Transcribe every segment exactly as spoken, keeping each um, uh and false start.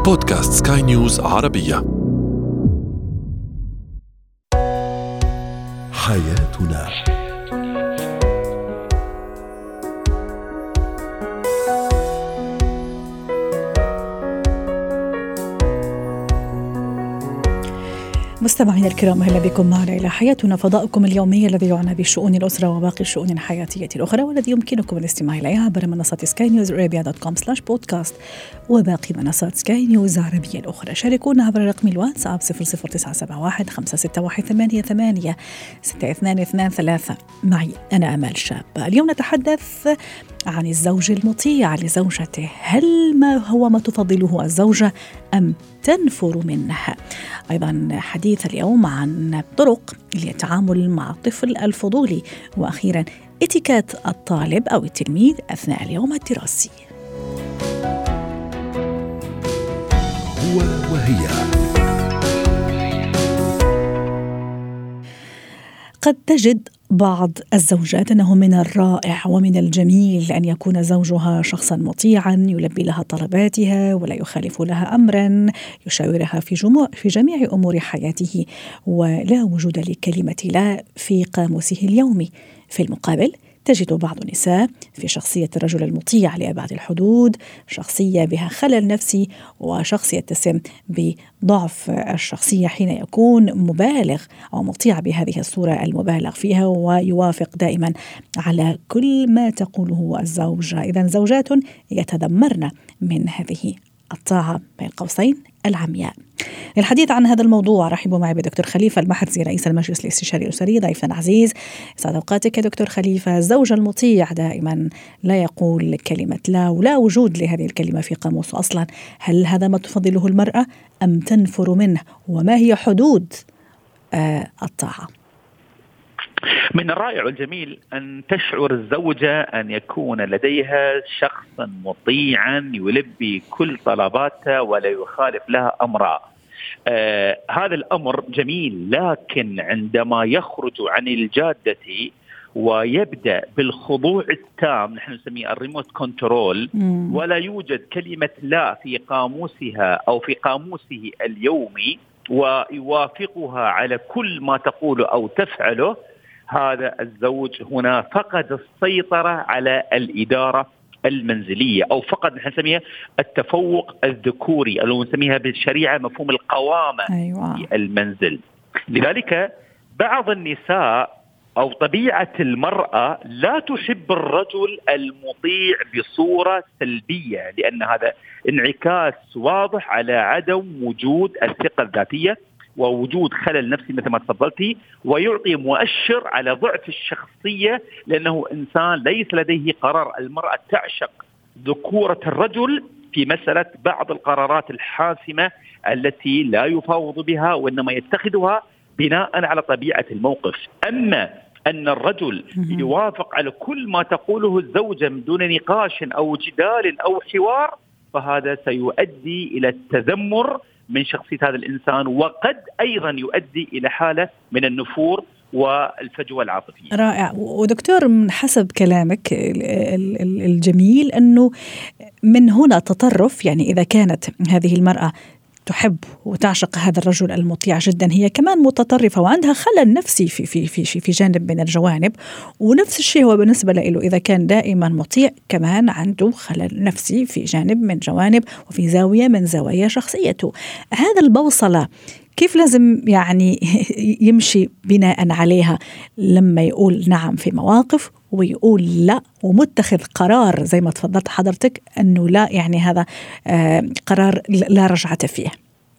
بودكاست سكاي نيوز عربية. حياتنا. مستمعينا الكرام، أهلا بكم معنا إلى حياتنا، فضاؤكم اليومي الذي يعنى بشؤون الأسرة وباقي الشؤون الحياتية الأخرى، والذي يمكنكم الاستماع إليها عبر منصة سكاي نيوز أرابيا دوت كوم سلاش بودكاست وباقي منصات سكاي نيوز عربية الأخرى. شاركونا عبر رقم الواتساب صفر صفر تسعة سبعة واحد خمسة ستة واحد ثمانية ثمانية ستة اثنان اثنان ثلاثة. معي أنا أمال شاب. اليوم نتحدث عن الزوج المطيع لزوجته. هل ما هو ما تفضله الزوجة أم تنفر منها؟ أيضا حديث اليوم عن طرق للتعامل مع الطفل الفضولي، وأخيرا اتيكيت الطالب أو التلميذ أثناء اليوم الدراسي. هو وهي. قد تجد بعض الزوجات أنه من الرائع ومن الجميل أن يكون زوجها شخصا مطيعا يلبي لها طلباتها ولا يخالف لها أمرا، يشاورها في جموع في جميع أمور حياته، ولا وجود لكلمة لا في قاموسه اليومي. في المقابل تجد بعض النساء في شخصية الرجل المطيع لأبعد الحدود شخصية بها خلل نفسي، وشخص يتسم بضعف الشخصية حين يكون مبالغ أو مطيع بهذه الصورة المبالغ فيها، ويوافق دائما على كل ما تقوله الزوجة. إذن زوجات يتذمرن من هذه الطاعة بين قوسين العمياء. للحديث عن هذا الموضوع رحب معي بدكتور خليفة المحرزي رئيس المجلس الاستشاري الأسري، ضيفا عزيز. يسعد أوقاتك يا دكتور خليفة. الزوج المطيع دائما لا يقول كلمة لا، ولا وجود لهذه الكلمة في قاموسه أصلا. هل هذا ما تفضله المرأة أم تنفر منه؟ وما هي حدود آه الطاعة؟ من الرائع والجميل أن تشعر الزوجة أن يكون لديها شخصا مطيعا يلبي كل طلباتها ولا يخالف لها أمرها. آه هذا الأمر جميل، لكن عندما يخرج عن الجادة ويبدأ بالخضوع التام، نحن نسميه الريموت كنترول، ولا يوجد كلمة لا في قاموسها أو في قاموسه اليومي ويوافقها على كل ما تقوله أو تفعله، هذا الزوج هنا فقد السيطرة على الإدارة المنزلية، أو فقد نحن نسميها التفوق الذكوري، اللي نسميها بالشريعة مفهوم القوامة. أيوة. في المنزل. لذلك بعض النساء أو طبيعة المرأة لا تحب الرجل المطيع بصورة سلبية، لأن هذا انعكاس واضح على عدم وجود الثقة الذاتية ووجود خلل نفسي مثل ما تفضلتي، ويعطي مؤشر على ضعف الشخصية، لأنه إنسان ليس لديه قرار. المرأة تعشق ذكورة الرجل في مسألة بعض القرارات الحاسمة التي لا يفاوض بها، وإنما يتخذها بناء على طبيعة الموقف. أما أن الرجل يوافق على كل ما تقوله الزوجة من دون نقاش أو جدال أو حوار، فهذا سيؤدي إلى التذمر من شخصية هذا الإنسان، وقد أيضا يؤدي إلى حالة من النفور والفجوة العاطفية. رائع. ودكتور، من حسب كلامك الجميل أنه من هنا تطرف، يعني إذا كانت هذه المرأة تحب وتعشق هذا الرجل المطيع جدا، هي كمان متطرفة وعندها خلل نفسي في في في في جانب من الجوانب، ونفس الشيء هو بالنسبة له إذا كان دائما مطيع كمان عنده خلل نفسي في جانب من جوانب وفي زاوية من زوايا شخصيته. هذا البوصلة كيف لازم يعني يمشي بناء عليها لما يقول نعم في مواقف ويقول لا، ومتخذ قرار زي ما تفضلت حضرتك أنه لا، يعني هذا آه قرار لا رجعة فيه؟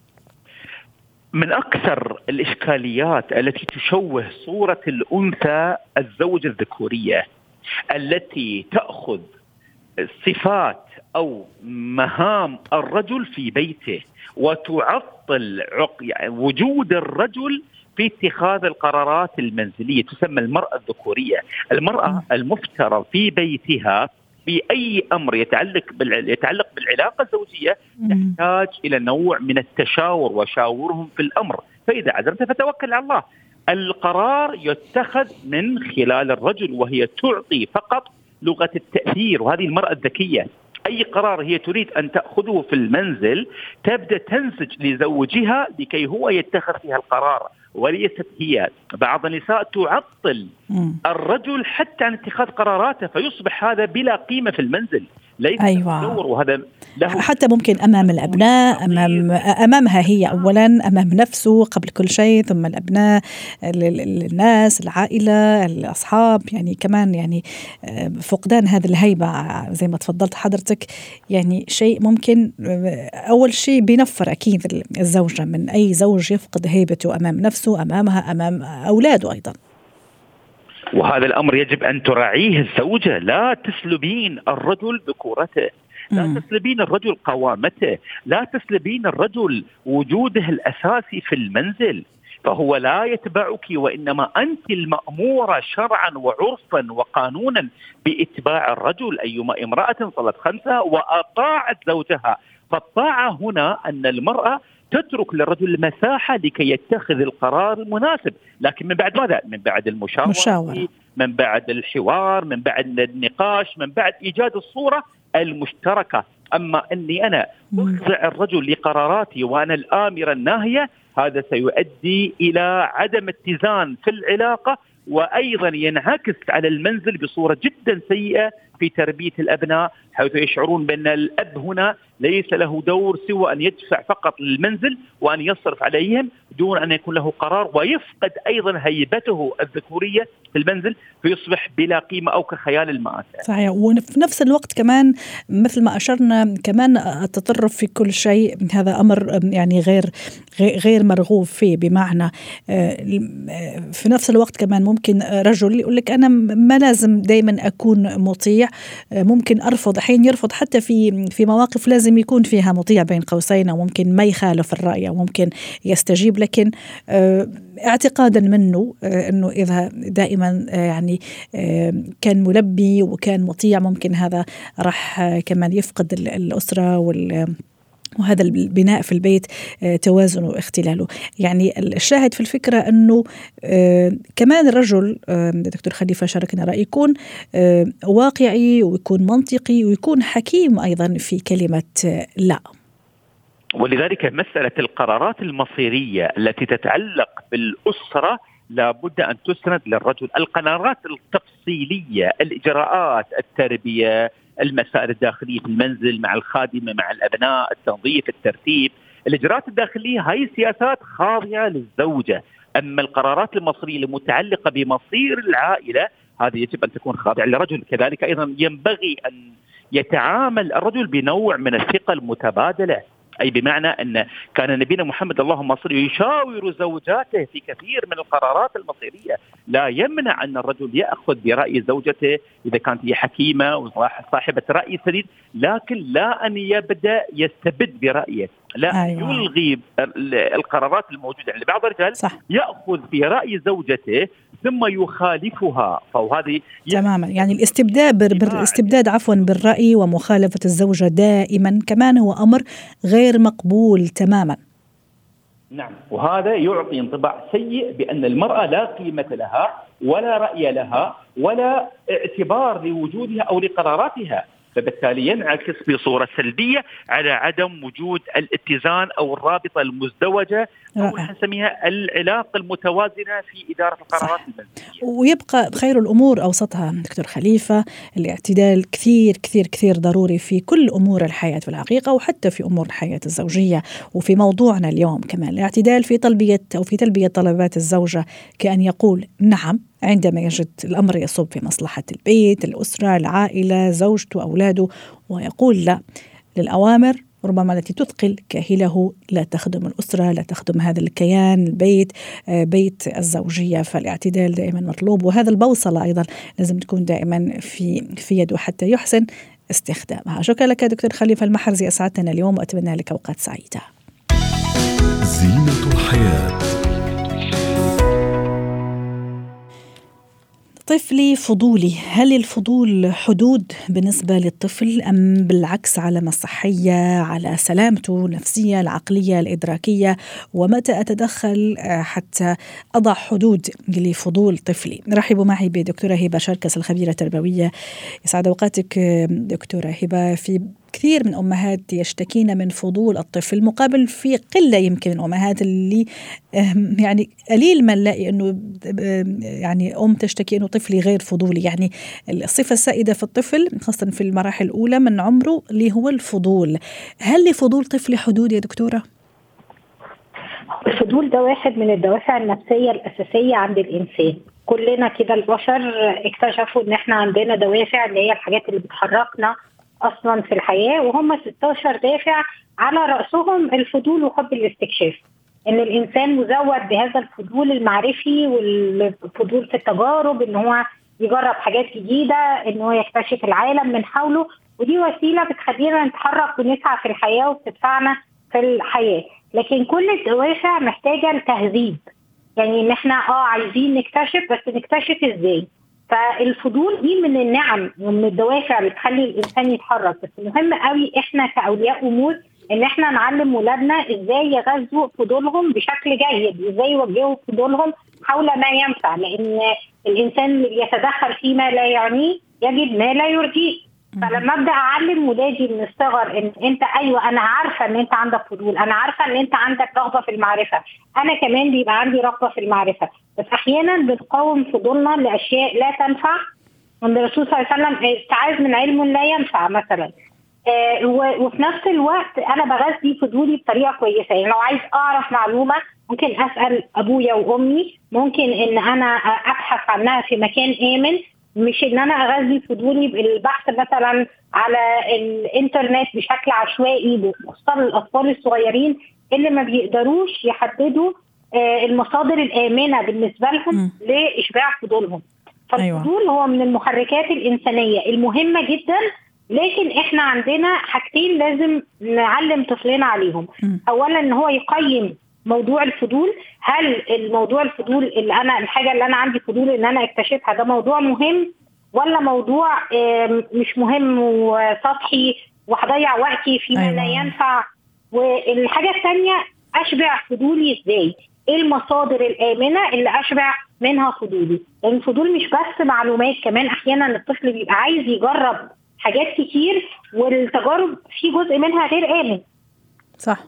من أكثر الإشكاليات التي تشوه صورة الأنثى الزوجة الذكورية التي تأخذ صفات أو مهام الرجل في بيته وتعطل يعني وجود الرجل في اتخاذ القرارات المنزلية، تسمى المرأة الذكورية. المرأة المفترض في بيتها في أي أمر يتعلق يتعلق بالعلاقة الزوجية تحتاج إلى نوع من التشاور وشاورهم في الأمر، فإذا عزمت فتوكل على الله. القرار يتخذ من خلال الرجل، وهي تعطي فقط لغة التأثير، وهذه المرأة الذكية. أي قرار هي تريد أن تأخذه في المنزل تبدأ تنسج لزوجها لكي هو يتخذ فيها القرار، وليست هي. بعض النساء تعطل الرجل حتى عن اتخاذ قراراته، فيصبح هذا بلا قيمة في المنزل، ليس أيوة. دور. وهذا له حتى ممكن أمام الأبناء، أمام أمامها هي أولا، أمام نفسه قبل كل شيء، ثم الأبناء، الناس، العائلة، الأصحاب. يعني كمان يعني فقدان هذه الهيبة زي ما تفضلت حضرتك، يعني شيء ممكن أول شيء بينفر أكيد الزوجة من أي زوج يفقد هيبته أمام نفسه، أمامها، أمام أولاده أيضا. وهذا الأمر يجب أن تراعيه الزوجة. لا تسلبين الرجل ذكورته، لا تسلبين الرجل قوامته، لا تسلبين الرجل وجوده الأساسي في المنزل. فهو لا يتبعك، وإنما أنت المأمورة شرعا وعرفا وقانونا بإتباع الرجل. أيما امرأة صلت خمسها وأطاعت زوجها، فالطاعة هنا أن المرأة تترك للرجل مساحة لكي يتخذ القرار المناسب، لكن من بعد ماذا؟ من بعد المشاورة، مشاورة. من بعد الحوار، من بعد النقاش، من بعد إيجاد الصورة المشتركة. أما أني أنا أخضع الرجل لقراراتي وأنا الآمرة الناهية، هذا سيؤدي إلى عدم اتزان في العلاقة، وأيضا ينعكس على المنزل بصورة جدا سيئة في تربية الأبناء، حيث يشعرون بأن الأب هنا ليس له دور سوى أن يدفع فقط للمنزل وأن يصرف عليهم دون أن يكون له قرار، ويفقد أيضا هيبته الذكورية في المنزل، فيصبح بلا قيمة أو كخيال المآسي. صحيح. وفي نفس الوقت كمان مثل ما أشرنا كمان التطرف في كل شيء، هذا أمر يعني غير غير مرغوب فيه. بمعنى في نفس الوقت كمان ممكن رجل يقول لك أنا ما لازم دايما أكون مطيع، ممكن أرفض، حين يرفض حتى في في مواقف لازم يكون فيها مطيع بين قوسين، وممكن ما يخالف الرأي وممكن يستجيب، لكن اعتقادا منه أنه إذا دائما يعني كان ملبي وكان مطيع، ممكن هذا راح كمان يفقد الأسرة وال وهذا البناء في البيت توازنه واختلاله. يعني الشاهد في الفكرة أنه كمان الرجل دكتور خليفة شاركنا رأي، يكون واقعي ويكون منطقي ويكون حكيم أيضا في كلمة لا. ولذلك مسألة القرارات المصيرية التي تتعلق بالأسرة لابد أن تسند للرجل. القرارات التفصيلية، الإجراءات، التربية، المسائل الداخلية في المنزل مع الخادمة، مع الأبناء، التنظيف، الترتيب، الإجراءات الداخلية، هاي سياسات خاضعة للزوجة. أما القرارات المصيرية المتعلقة بمصير العائلة، هذه يجب أن تكون خاضعة للرجل. كذلك أيضا ينبغي أن يتعامل الرجل بنوع من الثقة المتبادلة، أي بمعنى أن كان نبينا محمد اللهم صل يشاور زوجاته في كثير من القرارات المصيرية. لا يمنع أن الرجل يأخذ برأي زوجته إذا كانت هي حكيمة وصاحبة رأي سديد، لكن لا أن يبدأ يستبد برأيه، لا أيوة. يلغي القرارات الموجودة. يعني بعض الرجال يأخذ برأي زوجته ثم يخالفها، فهذه تماما يعني الاستبداد بالاستبداد عفوا بالرأي ومخالفة الزوجة دائما كمان هو أمر غير مقبول تماما. نعم، وهذا يعطي انطباع سيء بأن المرأة لا قيمة لها ولا رأي لها ولا اعتبار لوجودها أو لقراراتها، فبالتالي ينعكس بصورة سلبية على عدم وجود الاتزان أو الرابطة المزدوجة أو نسميها العلاقة المتوازنة في إدارة القرارات المنزلية. ويبقى خير الأمور أوسطها دكتور خليفة. الاعتدال كثير كثير كثير ضروري في كل أمور الحياة في الحقيقة، وحتى في أمور الحياة الزوجية. وفي موضوعنا اليوم كمان الاعتدال في تلبية أو في تلبية طلبات الزوجة، كأن يقول نعم عندما يجد الأمر يصب في مصلحة البيت، الأسرة، العائلة، زوجته، أولاده، ويقول لا للأوامر ربما التي تثقل كاهله، لا تخدم الأسرة، لا تخدم هذا الكيان، البيت، بيت الزوجية. فالاعتدال دائما مطلوب، وهذا البوصلة أيضا لازم تكون دائما في في يده حتى يحسن استخدامها. شكرا لك دكتور خليفة المحرزي، أسعدتنا اليوم وأتمنى لك أوقات سعيدة. زينة الحياة. طفلي فضولي، هل الفضول حدود بالنسبة للطفل أم بالعكس علامة صحية على سلامته النفسية العقلية الإدراكية؟ ومتى أتدخل حتى أضع حدود لفضول طفلي؟ رحبوا معي بدكتورة هبة شركس الخبيرة التربوية. يسعد أوقاتك دكتورة هبة. في كثير من أمهات يشتكين من فضول الطفل، مقابل في قلة يمكن من أمهات اللي يعني قليل ما نلاقي أنه يعني أم تشتكي أنه طفلي غير فضولي. يعني الصفة السائدة في الطفل خاصة في المراحل الأولى من عمره اللي هو الفضول. هل لفضول طفلي حدود يا دكتورة؟ الفضول ده واحد من الدوافع النفسية الأساسية عند الإنسان. كلنا كده البشر اكتشفوا ان احنا عندنا دوافع اللي هي الحاجات اللي بتحركنا اصلا في الحياة، وهم ستاشر دافع على رأسهم الفضول وحب الاستكشاف. ان الانسان مزود بهذا الفضول المعرفي والفضول في التجارب، ان هو يجرب حاجات جديدة، ان هو يكتشف العالم من حوله، ودي وسيلة بتخلينا نتحرك ونسعى في الحياة وبتدفعنا في الحياة. لكن كل الدوافع محتاجة التهذيب، يعني ان احنا اه عايزين نكتشف، بس نكتشف ازاي. فالفضول دي من النعم ومن الدوافع اللي بتخلي الانسان يتحرك، بس مهم قوي احنا كاولياء امور ان احنا نعلم ولادنا ازاي يغذوا فضولهم بشكل جيد، ازاي يوجهوا فضولهم حول ما ينفع، لان الانسان اللي بيتدخل فيما لا يعنيه يجد ما لا يرضيه. فلما ابدا اعلم ولادي من الصغر ان انت ايوه انا عارفه ان انت عندك فضول، انا عارفه ان انت عندك رغبه في المعرفه، انا كمان بيبقى عندي رغبه في المعرفه، بس احيانا بنقاوم فضولنا لاشياء لا تنفع. عند الرسول صلى الله عليه وسلم استعاذ من علم لا ينفع مثلا. آه وفي نفس الوقت انا بغذي فضولي بطريقه كويسه. يعني لو عايز اعرف معلومه ممكن اسال ابويا وامي، ممكن ان انا ابحث عنها في مكان امن، مش ان انا اغذي فضولي بالبحث مثلا على الانترنت بشكل عشوائي، خصوصا الاطفال الصغيرين اللي ما بيقدروش يحددوا المصادر الامنه بالنسبه لهم لاشباع فضولهم. فالفضول أيوة. هو من المحركات الانسانيه المهمه جدا، لكن احنا عندنا حاجتين لازم نعلم طفلنا عليهم. م. اولا ان هو يقيم موضوع الفضول، هل الموضوع الفضول اللي انا الحاجه اللي انا عندي فضول ان انا اكتشفها ده موضوع مهم، ولا موضوع مش مهم وسطحي وهضيع وقتي فيما أيوة. لا ينفع. والحاجه الثانيه اشبع فضولي ازاي، ايه المصادر الامنه اللي اشبع منها فضولي. لان يعني الفضول مش بس معلومات، كمان احيانا الطفل بيبقى عايز يجرب حاجات كتير، والتجارب في جزء منها غير امن. صح.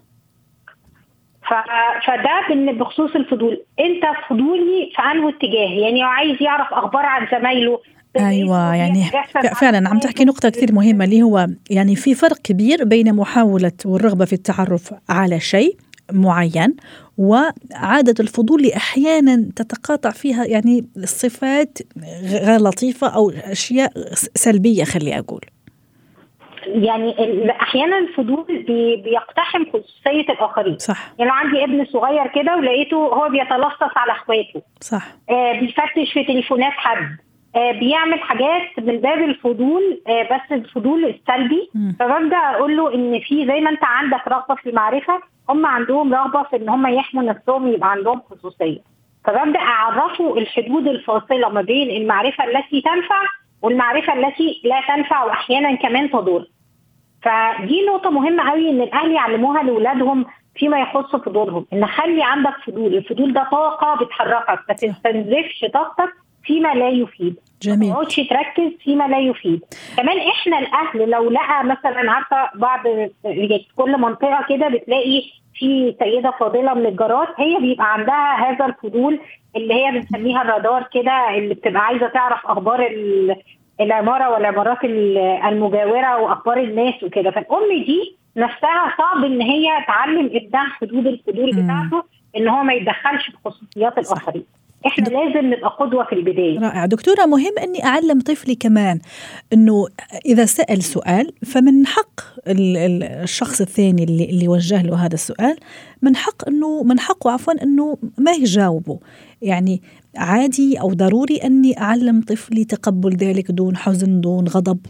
فده بخصوص الفضول. انت فضولي في انه اتجاه، يعني لو عايز يعرف اخبار عن زمايله. ايوه يعني فعلا عم تحكي نقطه كثير مهمه، اللي هو يعني في فرق كبير بين محاوله والرغبه في التعرف على شيء معين وعاده الفضول اللي احيانا تتقاطع فيها يعني الصفات غير لطيفه او اشياء سلبيه خلي اقول. يعني احيانا الفضول بي بيقتحم خصوصيه الاخرين. صح. يعني لو عندي ابن صغير كده ولقيته هو بيتلصص على اخواته. صح. آه بيفتش في تليفونات حد، آه بيعمل حاجات من باب الفضول، آه بس الفضول السلبي. م. فببدا اقول له ان في زي ما انت عندك رغبه في المعرفه، هم عندهم رغبه في ان هم يحموا نفسهم يبقى عندهم خصوصيه. فببدا اعرفه الحدود الفاصله ما بين المعرفه التي تنفع والمعرفه التي لا تنفع، واحيانا كمان تضر. فدي نقطة مهمة قوي ان الاهل يعلموها لاولادهم فيما يخص فضولهم، ان خلي عندك فضول، الفضول ده طاقة بتحركك، ما تستنزفش طاقتك فيما لا يفيد. جميل. ما تقعدش تركز فيما لا يفيد. كمان احنا الاهل لو لقى مثلا، عارفة بعض كل منطقة كده بتلاقي في سيدة فاضلة من الجارات هي بيبقى عندها هذا الفضول اللي هي بنسميها الرادار كده، اللي بتبقى عايزة تعرف اخبار ال العمارة والعمارات المجاورة وأخبار الناس وكده. فالأم دي نفسها صعب إن هي تعلم ابنها حدود الفضول بتاعته، إن هو ما يتدخلش في خصوصيات الآخرين. إحنا دك... لازم نبقى قدوة في البداية. رائع دكتورة. مهم إني أعلم طفلي كمان إنه إذا سأل سؤال فمن حق الشخص الثاني اللي اللي وجه له هذا السؤال من حق إنه من حقه عفوا إنه ما يجاوبه. يعني عادي أو ضروري أني أعلم طفلي تقبل ذلك دون حزن دون غضب.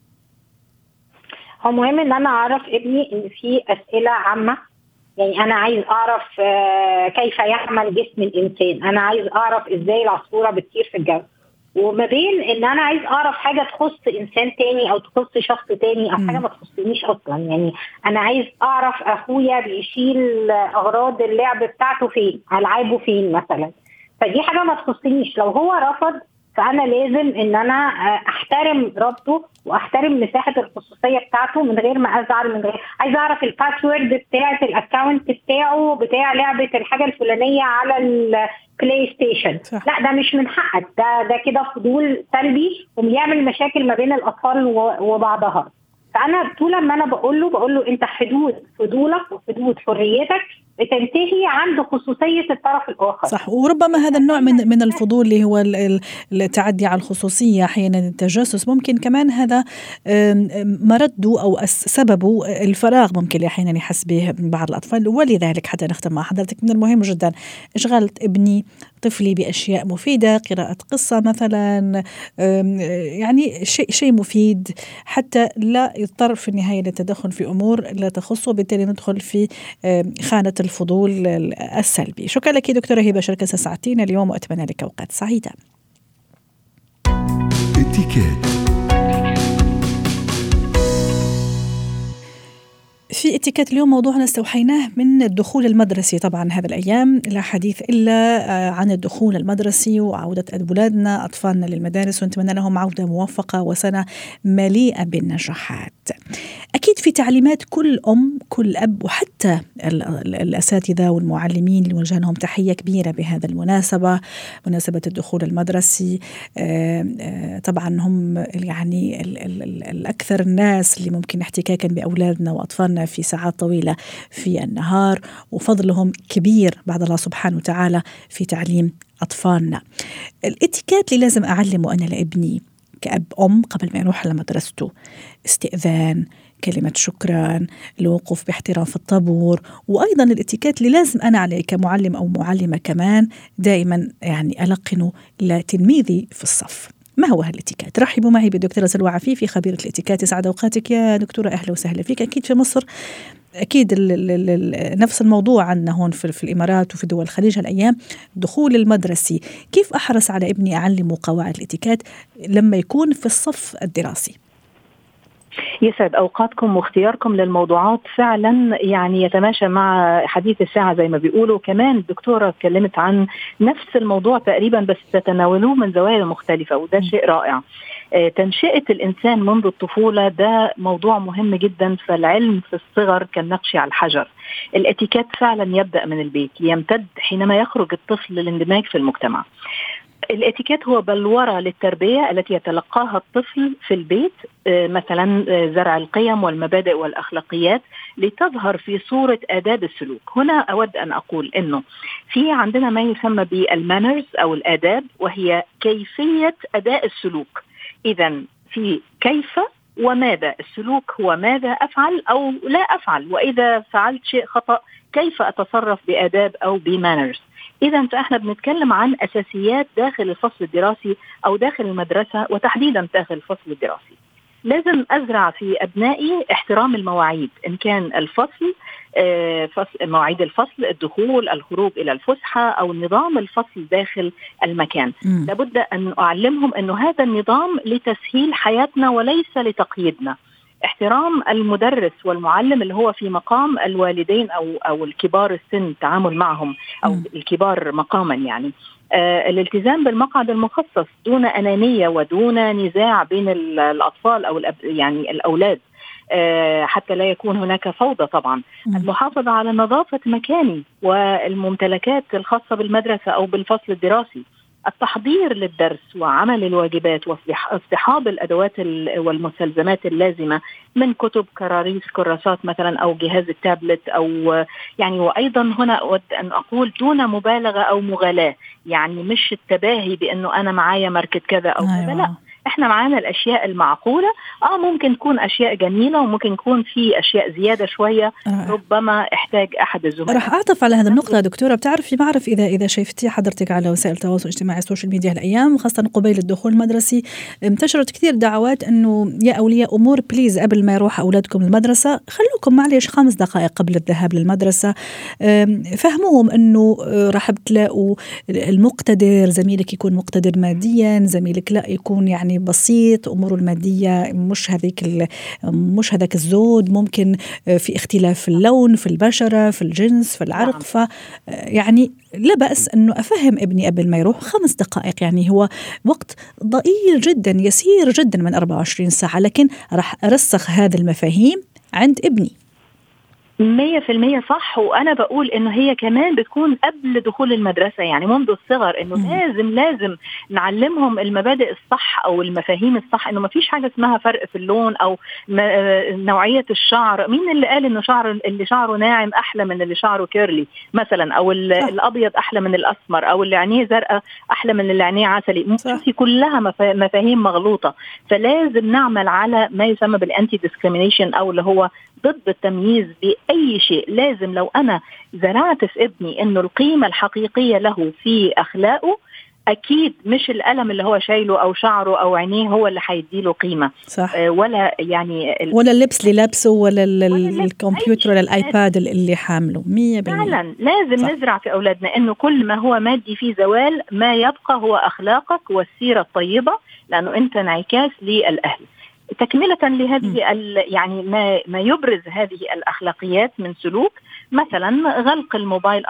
هو مهم إن أنا أعرف ابني إن في أسئلة عامة. يعني أنا عايز أعرف كيف يعمل جسم الإنسان، أنا عايز أعرف إزاي العصفورة بتطير في الجو، وما بين إن أنا عايز أعرف حاجة تخص إنسان تاني أو تخص شخص تاني أو حاجة ما تخصنيش أصلا. يعني أنا عايز أعرف أخويا بيشيل أغراض اللعب بتاعته فين، ألعابه فين مثلا، فدي حاجة ما تخصنيش. لو هو رفض فانا لازم ان انا احترم رابطه واحترم مساحه الخصوصيه بتاعته من غير ما ازعل، من غير عايز اعرف الباسورد بتاعه الاكونت بتاعه بتاع لعبه الحاجه الفلانيه على البلاي ستيشن. صح. لا ده مش من حقك، ده ده كده فضول سلبي وبيعمل مشاكل ما بين الاطفال وبعضها. فانا طول ما انا بقول له بقول له انت حدود فضولك وحدود حريتك بتنتهي عند خصوصية الطرف الآخر. صح. وربما هذا النوع من من الفضول اللي هو التعدي على الخصوصية، أحيانا التجسس، ممكن كمان هذا مرده أو سببه الفراغ ممكن أحيانا يحس به بعض الأطفال. ولذلك حتى نختم مع حضرتك، من المهم جدا إشغال ابني طفلي بأشياء مفيدة، قراءة قصة مثلا، يعني شيء شيء مفيد حتى لا يضطر في النهاية للتدخل في أمور لا تخصه، بالتالي ندخل في خانة الفضول السلبي. شكرا لك دكتورة هبة شركسة، ساعتين اليوم وأتمنى لك أوقات سعيدة. في اتيكيت اليوم موضوعنا استوحيناه من الدخول المدرسي. طبعا هذا الأيام لا حديث إلا عن الدخول المدرسي وعودة أولادنا أطفالنا للمدارس، ونتمنى لهم عودة موفقة وسنة مليئة بالنجاحات. أكيد في تعليمات كل أم كل أب وحتى الأساتذة والمعلمين اللي وجه لهم تحية كبيرة بهذا المناسبة، مناسبة الدخول المدرسي. طبعا هم يعني الأكثر الناس اللي ممكن احتكاكا بأولادنا وأطفالنا في ساعات طويلة في النهار، وفضلهم كبير بعد الله سبحانه وتعالى في تعليم أطفالنا. الاتيكيت اللي لازم أعلمه أنا لابني كأب أم قبل ما يروح لمدرسته: استئذان، كلمة شكرا، الوقوف باحترام في الطابور، وأيضا الاتيكيت اللي لازم أنا عليه كمعلم أو معلمة كمان دائما يعني ألقنه لتلميذي في الصف. ما هو هالاتيكيت؟ رحبوا معي بالدكتورة سلوى عفيفي، خبيرة الاتيكيت. يسعد أوقاتك يا دكتورة، أهلا وسهلا فيك. أكيد في مصر أكيد ال ال ال نفس الموضوع عندنا هون في, في الإمارات وفي دول الخليج هالأيام، دخول المدرسي. كيف أحرص على ابني أعلمه قواعد الاتيكيت لما يكون في الصف الدراسي؟ يسعد أوقاتكم، واختياركم للموضوعات فعلا يعني يتماشى مع حديث الساعة زي ما بيقولوا. كمان الدكتورة اتكلمت عن نفس الموضوع تقريبا بس تتناولوه من زوايا مختلفة، وده شيء رائع. تنشئة الإنسان منذ الطفولة ده موضوع مهم جدا، فالعلم في الصغر كالنقش على الحجر. الاتيكيت فعلا يبدأ من البيت، يمتد حينما يخرج الطفل للاندماج في المجتمع. الاتيكيت هو بلورة للتربية التي يتلقاها الطفل في البيت، مثلا زرع القيم والمبادئ والأخلاقيات لتظهر في صورة آداب السلوك. هنا أود أن أقول أنه في عندنا ما يسمى بالمانرز أو الآداب، وهي كيفية أداء السلوك. إذن في كيف وماذا. السلوك هو ماذا أفعل أو لا أفعل، وإذا فعلت شيء خطأ كيف أتصرف بآداب أو بمانرز. إذا فإحنا بنتكلم عن أساسيات داخل الفصل الدراسي أو داخل المدرسة، وتحديدا داخل الفصل الدراسي. لازم أزرع في أبنائي احترام المواعيد، إن كان الفصل فصل مواعيد الفصل، الدخول، الخروج إلى الفسحة، أو نظام الفصل داخل المكان. م. لابد أن أعلمهم أنه هذا النظام لتسهيل حياتنا وليس لتقييدنا. احترام المدرس والمعلم اللي هو في مقام الوالدين أو أو الكبار السن، التعامل معهم أو م. الكبار مقاما يعني. آه الالتزام بالمقعد المخصص دون أنانية ودون نزاع بين الأطفال أو يعني الأولاد، آه حتى لا يكون هناك فوضى. طبعا م. المحافظة على نظافة مكاني والممتلكات الخاصة بالمدرسة أو بالفصل الدراسي. التحضير للدرس وعمل الواجبات واصطحاب الأدوات والمستلزمات اللازمة من كتب، كراريس، كراسات مثلا، أو جهاز التابلت أو يعني. وأيضا هنا أود أن أقول دون مبالغة أو مغالاة، يعني مش التباهي بأنه أنا معايا ماركة كذا أو كذا. أيوة. لا، احنا معانا الاشياء المعقوله. اه ممكن تكون اشياء جميله وممكن يكون في اشياء زياده شويه ربما احتاج احد الزملاء. راح اعطف على هذه النقطه دكتوره. بتعرفي ما اعرف اذا اذا شايفتي حضرتك على وسائل التواصل الاجتماعي السوشيال ميديا الايام، خاصه قبيل الدخول المدرسي، انتشرت كثير دعوات انه يا اولياء امور بليز قبل ما يروح اولادكم المدرسه خلوكم معلش خمس دقائق قبل الذهاب للمدرسه، فهموهم انه راح بتلاقوا المقتدر زميلك يكون مقتدر ماديا، زميلك لا يكون يعني بسيط، أموره المادية مش هذيك مش هذاك الزود، ممكن في اختلاف في اللون، في البشرة، العشرة، في الجنس، في العرق. ف يعني لا بأس أنه أفهم ابني قبل ما يروح خمس دقائق، يعني هو وقت ضئيل جدا يسير جدا من أربعة وعشرين ساعة، لكن راح أرسخ هذه المفاهيم عند ابني. مية في المية صح. وأنا بقول إنه هي كمان بتكون قبل دخول المدرسة، يعني منذ الصغر، إنه م. لازم لازم نعلمهم المبادئ الصح أو المفاهيم الصح، إنه ما فيش حاجة اسمها فرق في اللون أو نوعية الشعر. مين اللي قال إنه شعر اللي شعره ناعم أحلى من اللي شعره كيرلي مثلا، أو الأبيض أحلى من الأسمر، أو اللي عينيه زرقاء أحلى من اللي عينيه عسلي؟ شوفي كلها مفاهيم مغلوطة. فلازم نعمل على ما يسمى بالأنتي ديسكريمينيشن، أو اللي هو ضد التمييز بأي شيء. لازم لو أنا زرعت في ابني إنه القيمة الحقيقية له في أخلاقه، أكيد مش القلم اللي هو شايله أو شعره أو عينيه هو اللي هيديله قيمة. صح. آه ولا يعني ولا اللبس اللي لابسه، ولا, ولا الكمبيوتر ولا الآيباد اللي حامله. مية بالمية فعلا لازم صح. نزرع في أولادنا إنه كل ما هو مادي فيه زوال، ما يبقى هو أخلاقك والسيرة الطيبة، لأنه أنت انعكاس للأهل. تكملة لهذه يعني ما ما يبرز هذه الأخلاقيات من سلوك، مثلا غلق الموبايل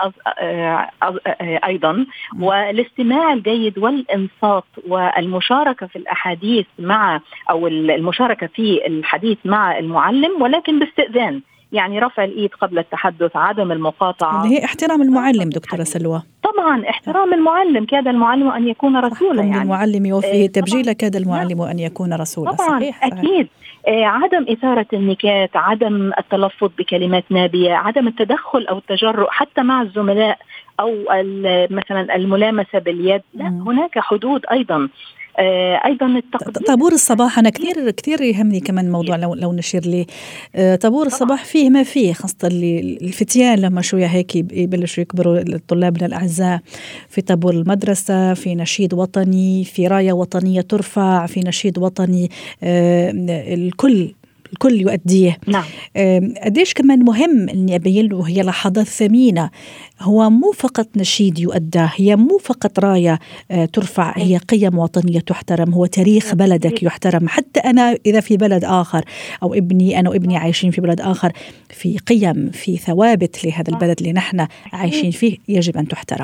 أيضا، والاستماع الجيد والإنصات، والمشاركة في الأحاديث مع أو المشاركة في الحديث مع المعلم، ولكن باستئذان، يعني رفع الإيد قبل التحدث، عدم المقاطعة، اللي هي احترام المعلم. دكتورة سلوى، طبعا احترام المعلم، كاد المعلم أن يكون رسولا، يعني المعلم يوفيه تبجيل، كاد المعلم أن يكون رسولا. طبعا صحيح. أكيد. آه عدم إثارة النكات، عدم التلفظ بكلمات نابية، عدم التدخل أو التجرؤ حتى مع الزملاء، أو مثلا الملامسة باليد. لا، هناك حدود أيضا. آه أيضا التقدير. طابور الصباح أنا كثير كثير يهمني كمان موضوع لو لو نشير لي آه طابور الصباح فيه ما فيه، خاصة الفتيان لما شوية هيك يبلشوا يكبروا، طلابنا الأعزاء، في طابور المدرسة، في نشيد وطني، في راية وطنية ترفع، في نشيد وطني آه الكل الكل يؤديه. نعم. قديش كمان مهم أني أبين له هي لحظات ثمينة، هو مو فقط نشيد يؤدى، هي مو فقط راية ترفع، هي قيم وطنية تحترم، هو تاريخ بلدك يحترم. حتى أنا إذا في بلد آخر، أو ابني أنا وابني عايشين في بلد آخر، في قيم، في ثوابت لهذا البلد اللي نحن عايشين فيه يجب أن تحترم.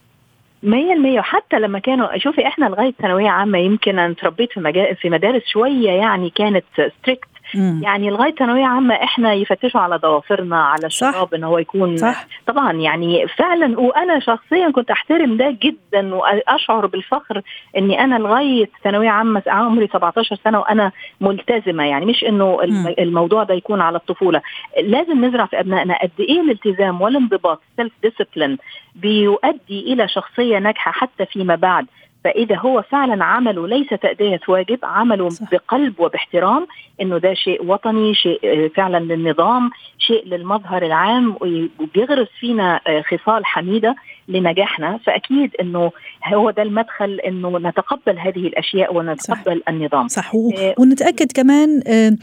مية المية. وحتى لما كانوا شوفي إحنا لغاية ثانوية عامة، يمكن أنا تربيت في مجال في مدارس شوية يعني كانت ستريكت، يعني لغاية ثانوية عامة إحنا يفتشوا على ضوافرنا، على الشراب إنه هو يكون صح. طبعا يعني فعلا. وأنا شخصيا كنت أحترم ده جدا، وأشعر بالفخر إني أنا لغاية ثانوية عامة عمري سبعتاشر سنة وأنا ملتزمة، يعني مش إنه الموضوع ده يكون على الطفولة. لازم نزرع في أبنائنا قد إيه الالتزام والانضباط، سيلف ديسيبلين، بيؤدي إلى شخصية ناجحة حتى فيما بعد. فإذا هو فعلا عمله ليس تأدية واجب، عمله صح. بقلب وباحترام، إنه ده شيء وطني، شيء فعلا للنظام، شيء للمظهر العام، وبيغرس فينا خصال حميدة لنجاحنا. فأكيد إنه هو ده المدخل، إنه نتقبل هذه الأشياء ونتقبل صح. النظام صح. و... ونتأكد كمان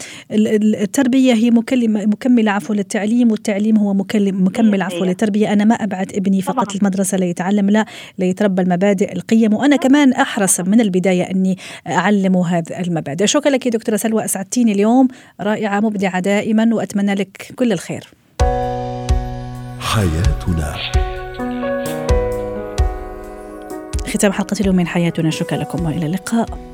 التربية هي مكلمة مكملة عفوا للتعليم، والتعليم هو مكلم مكمل عفوا للتربية. أنا ما أبعت ابني فقط طبعا. المدرسة ليتعلم، لا، ليتربى المبادئ القيم، وأنا كمان أحرص من البداية أني أعلمه هذه المبادئ. شكرا لك دكتورة سلوى، أسعدتيني اليوم، رائعة مبدعة دائما، وأتمنى لك كل الخير. حياتنا. ختام حلقة اليوم من حياتنا، شكرا لكم وإلى اللقاء.